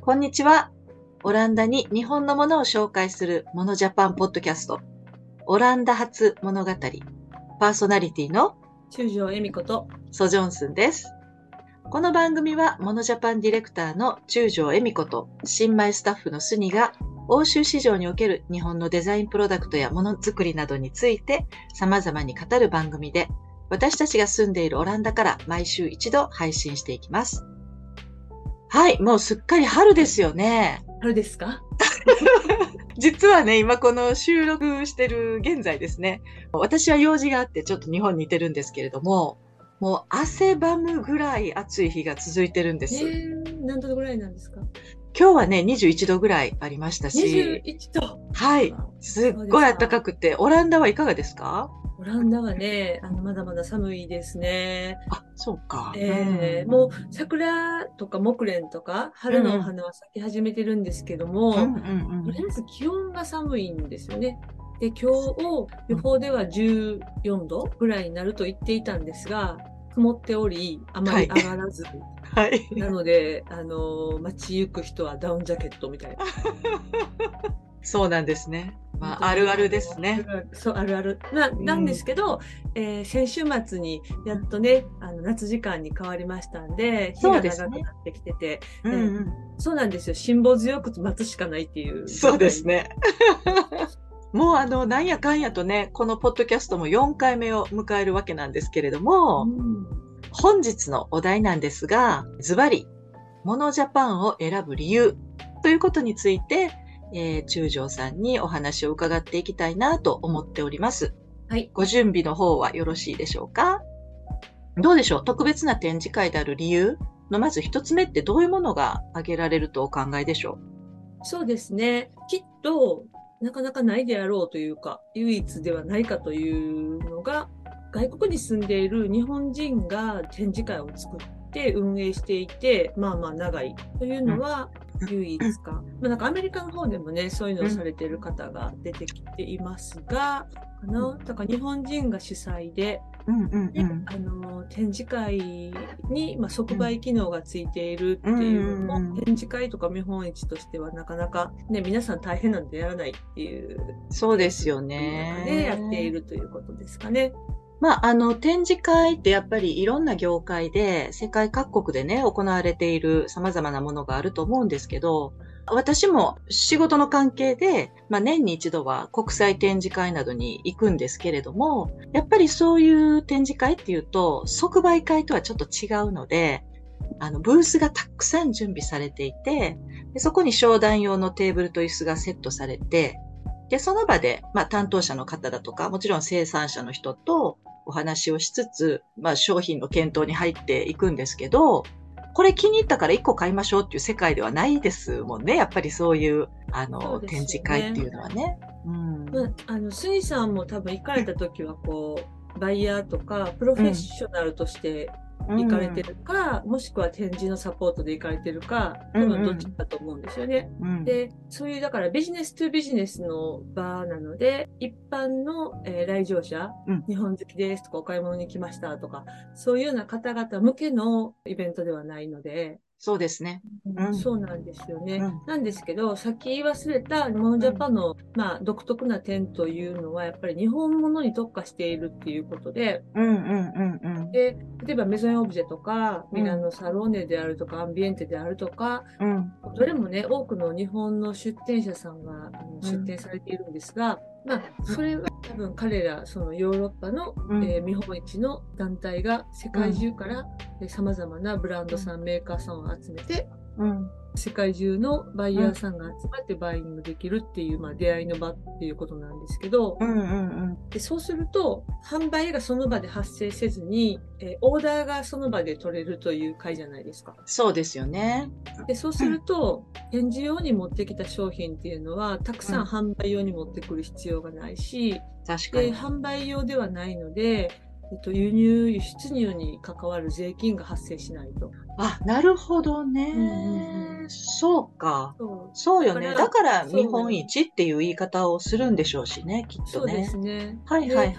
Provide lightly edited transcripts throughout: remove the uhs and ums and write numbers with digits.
こんにちは。オランダに日本のものを紹介するモノジャパンポッドキャスト、オランダ発物語、パーソナリティの中条恵美子とソジョンスンです。この番組はモノジャパンディレクターの中条恵美子と新米スタッフのスニが欧州市場における日本のデザインプロダクトやものづくりなどについて様々に語る番組で、私たちが住んでいるオランダから毎週一度配信していきます。はい、もうすっかり春ですよね。 春ですか？ 実はね、今この収録してる現在ですね、私は用事があってちょっと日本にいてるんですけれども、もう汗ばむぐらい暑い日が続いてるんです。 何度ぐらいなんですか？ 今日はね、21度ぐらいありましたし、 21度。 はい、すっごい暖かくて、オランダはいかがですか？ オランダはね、まだまだ寒いですね。 あ、そうか。 もう桜とか木蓮とか春のお花は咲き始めてるんですけども、とりあえず気温が寒いんですよね。で、今日予報では14度ぐらいになると言っていたんですが、曇っており、あまり上がらず。 はい。 なので、街行く人はダウンジャケットみたいな。 そうなんですね。まあ、あるあるですね。 そう、あるある。なんですけど、先週末にやっとね、夏時間に変わりましたんで、日が長くなってきてて、そうなんですよ。辛抱強く待つしかないっていう。 そうですね。もうなんやかんやとね、このポッドキャストも4回目を迎えるわけなんですけれども、本日のお題なんですが、ズバリ、モノジャパンを選ぶ理由ということについて、中条さんにお話を伺っていきたいなと思っております。 はい。 ご準備の方はよろしいでしょうか？どうでしょう？特別な展示会である理由のまず一つ目ってどういうものが挙げられるとお考えでしょう？そうですね。きっと、なかなかないであろうというか、唯一ではないかというのが、外国に住んでいる日本人が展示会を作って運営していて、まあまあ長いというのは唯一か。なんかアメリカの方でもね、そういうのをされている方が出てきていますが、だから日本人が主催で、展示会に、即売機能がついているっていうのも、展示会とか見本市としてはなかなかね、皆さん大変なんでやらないっていう。 そうですよね。 中でやっているということですかね。 展示会ってやっぱりいろんな業界で世界各国でね、行われている様々なものがあると思うんですけど、私も仕事の関係で、年に一度は国際展示会などに行くんですけれども、やっぱりそういう展示会っていうと、即売会とはちょっと違うので、ブースがたくさん準備されていて、でそこに商談用のテーブルと椅子がセットされて、で、その場で、担当者の方だとか、もちろん生産者の人とお話をしつつ、商品の検討に入っていくんですけど、これ気に入ったから1個買いましょうっていう世界ではないですもんね。やっぱりそういう、展示会っていうのはね。 スニさんも多分行かれた時は、バイヤーとか、プロフェッショナルとして行かれてるか、もしくは展示のサポートで行かれてるか、多分どっちかと思うんですよね。で、そういうだからビジネストゥビジネスの場なので、一般の、来場者、日本好きですとかお買い物に来ましたとか、そういうような方々向けのイベントではないので、 そうですね。 そうなんですよね。なんですけど、さっき言い忘れたモノジャパンの、独特な点というのは、やっぱり日本ものに特化しているっていうことで、で、例えばメゾンオブジェとか、ミラノサローネであるとか、アンビエンテであるとか、どれもね、多くの日本の出店者さんが出店されているんですが、それは多分彼ら、そのヨーロッパの、見本市の団体が世界中から様々なブランドさん、メーカーさんを集めて、世界中のバイヤーさんが集まってバイイングできるっていう、出会いの場っていうことなんですけど、でそうすると販売がその場で発生せずに、オーダーがその場で取れるという会じゃないですか。 そうですよね。 でそうすると、展示用に持ってきた商品っていうのはたくさん販売用に持ってくる必要がないし、 確かに。 で販売用ではないので、輸入輸出入に関わる税金が発生しないと。 あ、なるほどね。そうか。そうよね。だから見本市っていう言い方をするんでしょうしね、きっとね。 そうですね。 はいはいはい。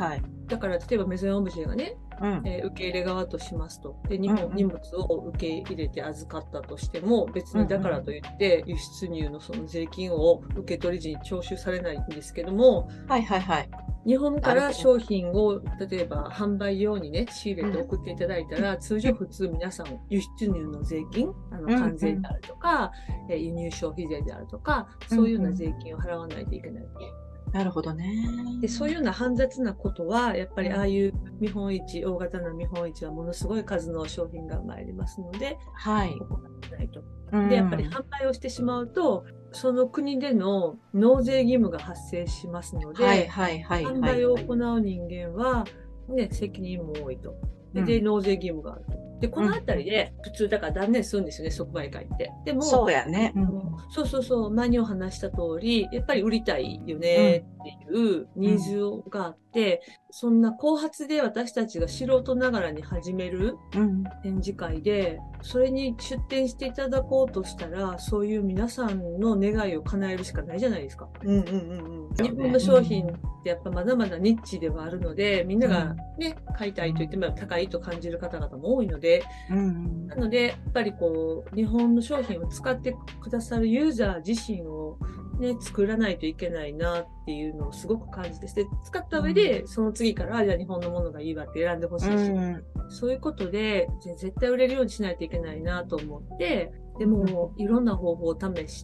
だから例えばメゾンオブジェがね、受け入れ側としますと。で、荷物を受け入れて預かったとしても、別にだからといって輸出入のその税金を受け取り時に徴収されないんですけども、日本から商品を例えば販売用にね、仕入れて送っていただいたら、通常普通皆さん輸出入の税金、関税であるとか、輸入消費税であるとか、そういうような税金を払わないといけない。 なるほどね。 で、そういうような煩雑なことは、やっぱりああいう見本市、大型な見本市はものすごい数の商品が参りますので、行わないと。で、やっぱり販売をしてしまうと、その国での納税義務が発生しますので、販売を行う人間は、ね、責任も多いと。で、納税義務があると。で、このあたりで、普通だから断念するんですよね、即売会って。でも、 そうやね。 前にお話した通り、やっぱり売りたいよねっていうニーズがあって、そんな後発で私たちが素人ながらに始める展示会で、それに出展していただこうとしたら、そういう皆さんの願いを叶えるしかないじゃないですか。日本の商品ってやっぱまだまだニッチではあるので、みんながね、買いたいと言っても高いと感じる方々も多いので、なので、やっぱりこう、日本の商品を使ってくださるユーザー自身をね、作らないといけないなっていうのをすごく感じて、で使った上で、その次から、じゃあ日本のものがいいわって選んでほしいし、そういうことで、絶対売れるようにしないといけないなと思って、でも、いろんな方法を試して、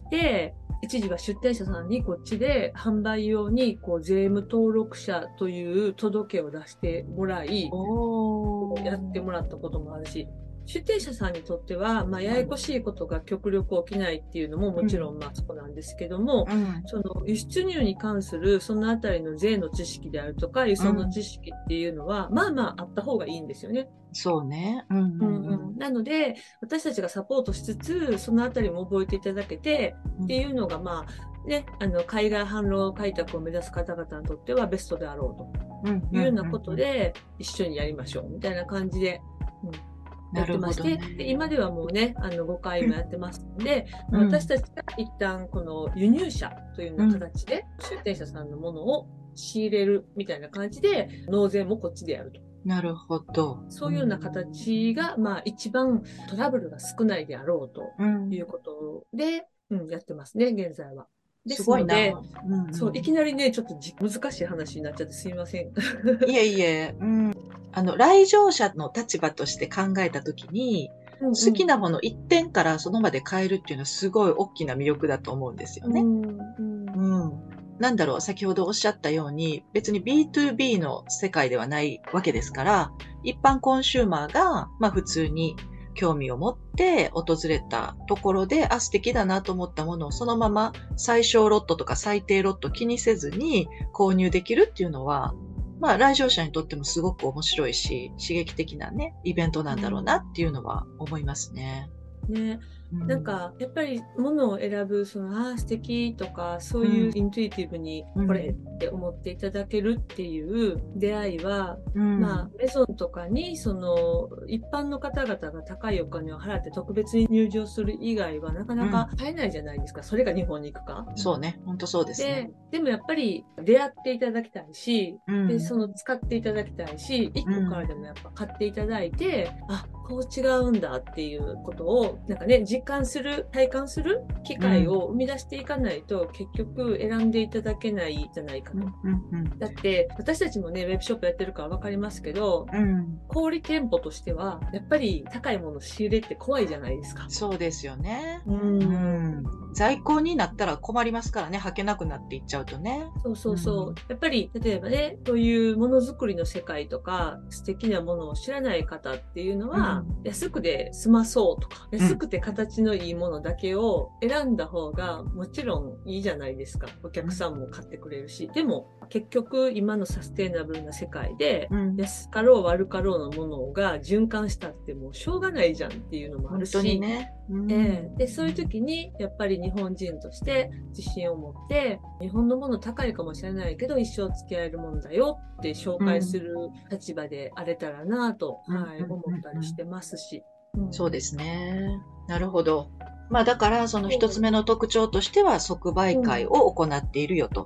一時は出店者さんにこっちで販売用にこう税務登録者という届けを出してもらい、やってもらったこともあるし、出店者さんにとっては、ややこしいことが極力起きないっていうのももちろんそうなんですけども、その輸出入に関するそのあたりの税の知識であるとか、輸送の知識っていうのは、あった方がいいんですよね。 そうね。 なので、私たちがサポートしつつ、そのあたりも覚えていただけて、っていうのが、ね、海外販路開拓を目指す方々にとってはベストであろうというようなことで、一緒にやりましょうみたいな感じで、やってまして、で今ではもうね、5回もやってますので、私たちが一旦この輸入者というような形で、出店者さんのものを仕入れるみたいな感じで、納税もこっちでやると。 なるほど。 そういうような形が、一番トラブルが少ないであろうということで、やってますね、現在は。ですので、そう、いきなりね、ちょっと難しい話になっちゃってすいません。 いえいえ、来場者の立場として考えたときに、好きなもの一点からその場で買えるっていうのはすごい大きな魅力だと思うんですよね。なんだろう、先ほどおっしゃったように、別に B2B の世界ではないわけですから、一般コンシューマーが、普通に興味を持って訪れたところで、素敵だなと思ったものをそのまま最小ロットとか最低ロット気にせずに購入できるっていうのは、来場者にとってもすごく面白いし、刺激的なね、イベントなんだろうなっていうのは思いますね。 ね。なんか、やっぱり物を選ぶ、素敵とか、そういうイントゥイティブにこれって思っていただけるっていう出会いは、メゾンとかに、一般の方々が高いお金を払って特別に入場する以外はなかなか買えないじゃないですか。それが日本に行くか。 そうね。本当そうですね。 でもやっぱり出会っていただきたいし、で、使っていただきたいし、一個からでもやっぱ買っていただいて、こう違うんだっていうことを、なんかね、実感する、体感する機会を生み出していかないと、結局選んでいただけないじゃないかと。だって、私たちもね、ウェブショップやってるからわかりますけど、小売店舗としては、やっぱり高いもの仕入れって怖いじゃないですか。 そうですよね。在庫になったら困りますからね、履けなくなっていっちゃうとね。 やっぱり、例えばね、そういうものづくりの世界とか、素敵なものを知らない方っていうのは、安くで済まそうとか、安くて形のいいものだけを選んだ方がもちろんいいじゃないですか。お客さんも買ってくれるし。でも、結局今のサステイナブルな世界で、安かろう悪かろうのものが循環したってもうしょうがないじゃんっていうのもあるし。 本当にね。 で、そういう時に、やっぱり日本人として自信を持って、日本のもの高いかもしれないけど、一生付き合えるものだよって紹介する立場であれたらなと、思ったりしてますし。 そうですね。なるほど。だから、その一つ目の特徴としては、即売会を行っているよと。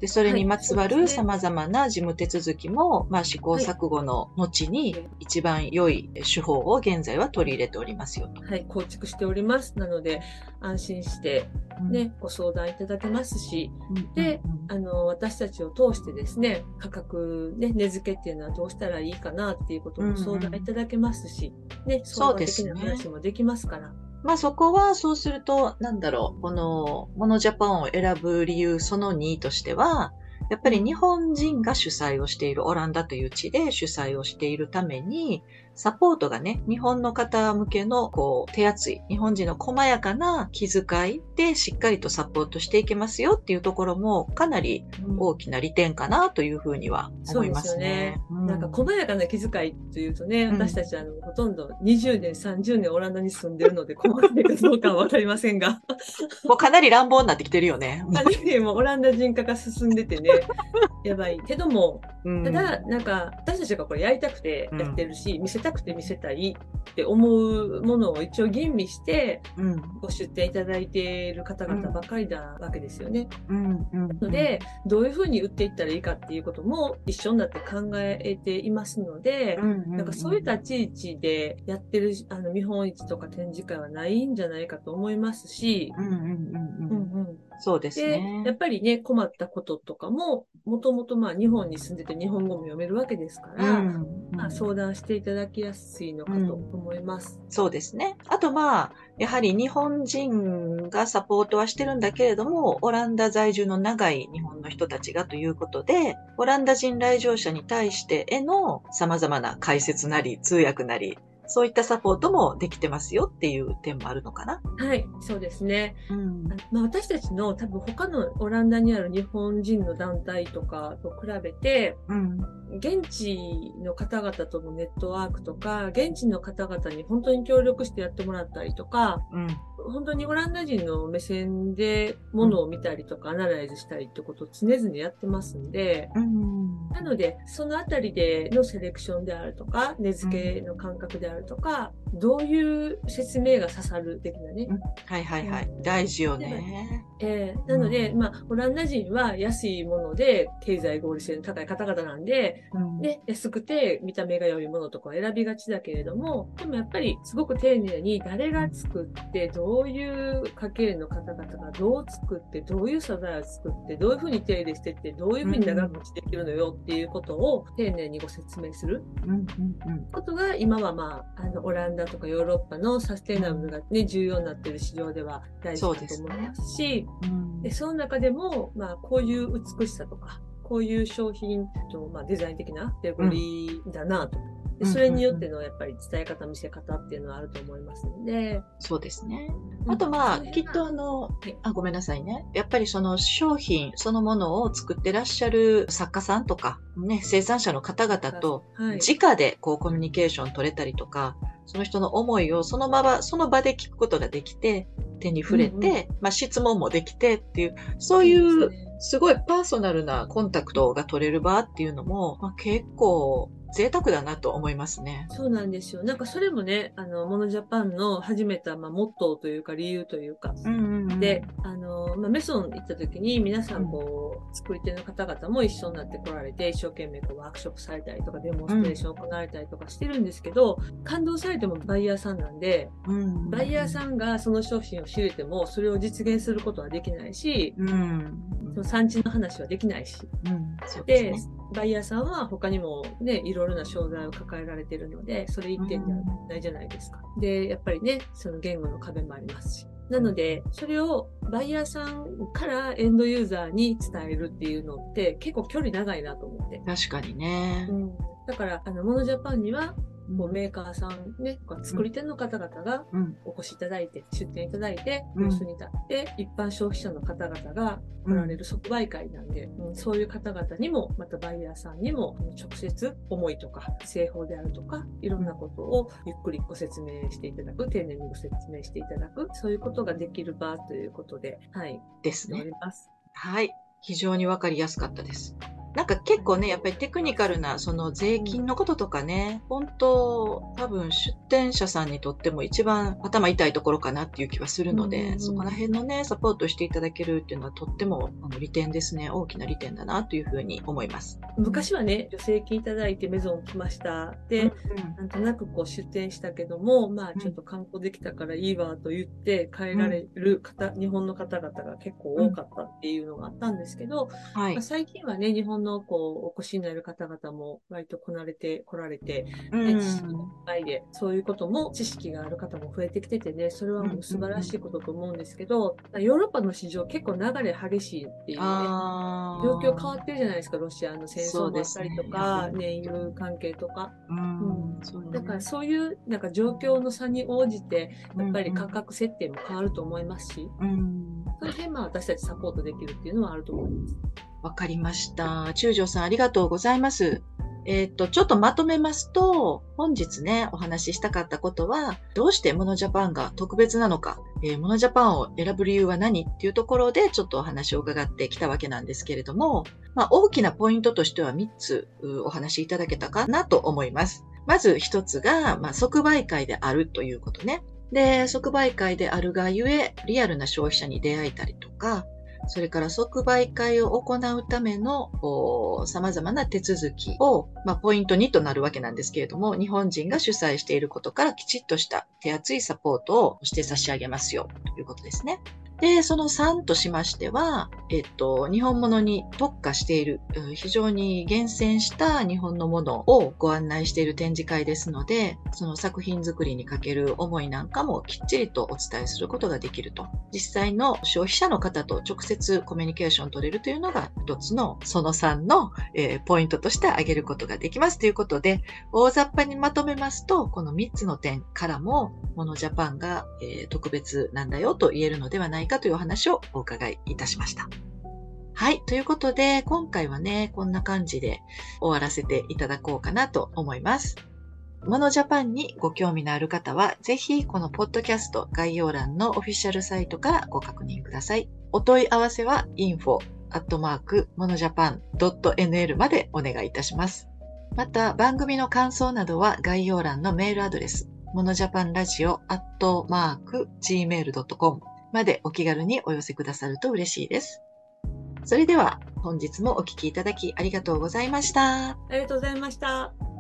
で、それにまつわる様々な事務手続きも、試行錯誤の後に一番良い手法を現在は取り入れておりますよと。 はい、構築しております。なので、安心してね、ご相談いただけますし、で、私たちを通してですね、価格ね、値付けっていうのはどうしたらいいかなっていうことも相談いただけますし、ね、相談的な話もできますから。 そこは、そうすると、この、モノジャパンを選ぶ理由その2としては、やっぱり日本人が主催をしている、オランダという地で主催をしているために、サポートがね、日本の方向けの、手厚い、日本人の細やかな気遣いでしっかりとサポートしていけますよっていうところも、かなり大きな利点かなというふうには思いますね。 そうですよね。なんか細やかな気遣いというとね、私たちはほとんど20年、30年オランダに住んでるので、細かいかどうかはわかりませんが。 もうかなり乱暴になってきてるよね。 もうオランダ人化が進んでてね、やばいけども、ただ、なんか、私たちがこれやりたくてやってるし、見せたくて見せたいって思うものを一応吟味して、ご出展いただいている方々ばかりなわけですよね。ので、どういうふうに売っていったらいいかっていうことも一緒になって考えていますので、なんかそういった立ち位置でやってる見本市とか展示会はないんじゃないかと思いますし、 そうですね。 で、やっぱりね、困ったこととかも、もともと日本に住んでて日本語も読めるわけですから、相談していただきやすいのかと思います。 そうですね。あとやはり日本人がサポートはしてるんだけれども、オランダ在住の長い日本の人たちがということで、オランダ人来場者に対してへの様々な解説なり通訳なり、そういったサポートもできてますよっていう点もあるのかな。 はい、そうですね。私たちの多分他のオランダにある日本人の団体とかと比べて、現地の方々とのネットワークとか、現地の方々に本当に協力してやってもらったりとか、本当にオランダ人の目線でものを見たりとかアナライズしたりってことを常々やってますんで、なので、そのあたりでのセレクションであるとか、値付けの感覚であるとか、どういう説明が刺さる的なね。 大事よね。 なので、オランダ人は安いもので経済合理性の高い方々なんで、安くて見た目が良いものとかを選びがちだけれども、でもやっぱりすごく丁寧に誰が作って、どういう家系の方々がどう作って、どういう素材を作って、どういうふうに手入れしてって、どういうふうに長持ちできるのよっていうことを丁寧にご説明することが今はオランダとかヨーロッパのサステイナブルがね、重要になっている市場では大事だと思いますし、でその中でも、こういう美しさとか、こういう商品と、デザイン的なレゴリだなと。でそれによってのやっぱり伝え方、見せ方っていうのはあると思いますので。 そうですね。あときっとごめんなさいね。やっぱりその商品そのものを作ってらっしゃる作家さんとか、ね、生産者の方々と直でコミュニケーション取れたりとか、その人の思いをその場で聞くことができて、手に触れて、質問もできてっていう、そういうすごいパーソナルなコンタクトが取れる場っていうのも、結構贅沢だなと思いますね。 そうなんですよ。なんかそれもね、モノジャパンの始めた、モットーというか理由というか。で、メソン行った時に皆さん作り手の方々も一緒になって来られて、一生懸命ワークショップされたりとか、デモンストレーション行われたりとかしてるんですけど、感動されてもバイヤーさんなんで、バイヤーさんがその商品を知れても、それを実現することはできないし、その産地の話はできないし。で、バイヤーさんは他にもね、いろいろな障害を抱えられているので、それ一点じゃないじゃないですか。で、やっぱりね、その言語の壁もありますし。なので、それをバイヤーさんからエンドユーザーに伝えるっていうのって結構距離長いなと思って。 確かにね。 だから、モノジャパンには、メーカーさんね、作り手の方々がお越しいただいて、出店いただいて、ブースに立って、一般消費者の方々が来られる即売会なんで、そういう方々にも、またバイヤーさんにも、直接思いとか、製法であるとか、いろんなことをゆっくりご説明していただく、丁寧にご説明していただく、そういうことができる場ということで、 ですね。はい。非常にわかりやすかったです。 なんか結構ね、やっぱりテクニカルな、その税金のこととかね、本当、多分出店者さんにとっても一番頭痛いところかなっていう気はするので、そこら辺のね、サポートしていただけるっていうのはとっても利点ですね。大きな利点だなというふうに思います。 昔はね、助成金いただいてメゾン来ました。で、なんとなくこう出店したけども、まあちょっと観光できたからいいわと言って帰られる方、日本の方々が結構多かったっていうのがあったんですけど、まあ、最近はね、日本のこうお越しになる方々も割と来られて、ね、知識がいっぱいで、そういうことも知識がある方も増えてきててね、それはもう素晴らしいことと思うんですけど、ヨーロッパの市場結構流れ激しいっていうね、状況変わってるじゃないですか、ロシアの戦争もあったりとか、燃油関係とか。だからそういうなんか状況の差に応じて、やっぱり価格設定も変わると思いますし、その辺まあ私たちサポートできるっていうのはあると思います。 わかりました。中条さんありがとうございます。ちょっとまとめますと、本日ね、お話ししたかったことは、どうしてモノジャパンが特別なのか、モノジャパンを選ぶ理由は何っていうところでちょっとお話を伺ってきたわけなんですけれども、まあ、大きなポイントとしては3つお話しいただけたかなと思います。まず1つが、まあ、即売会であるということね。で、即売会であるがゆえ、リアルな消費者に出会えたりとか、それから即売会を行うための様々な手続きを、まあ、ポイント2となるわけなんですけれども、日本人が主催していることからきちっとした手厚いサポートをして差し上げますよということですね。で、その3としましては、日本物に特化している、非常に厳選した日本のものをご案内している展示会ですので、その作品作りにかける思いなんかもきっちりとお伝えすることができると。実際の消費者の方と直接コミュニケーションを取れるというのが一つのその3の、ポイントとして挙げることができますということで、大雑把にまとめますと、この3つの点からも、モノジャパンが、特別なんだよと言えるのではないかというお話をお伺いいたしました。はい。ということで、今回はね、こんな感じで終わらせていただこうかなと思います。モノジャパンにご興味のある方は、ぜひこのポッドキャスト概要欄のオフィシャルサイトからご確認ください。お問い合わせは info@monojapan.nl までお願いいたします。また、番組の感想などは概要欄のメールアドレス、monojapanradio@gmail.com までお気軽にお寄せくださると嬉しいです。それでは、本日もお聞きいただきありがとうございました。 ありがとうございました。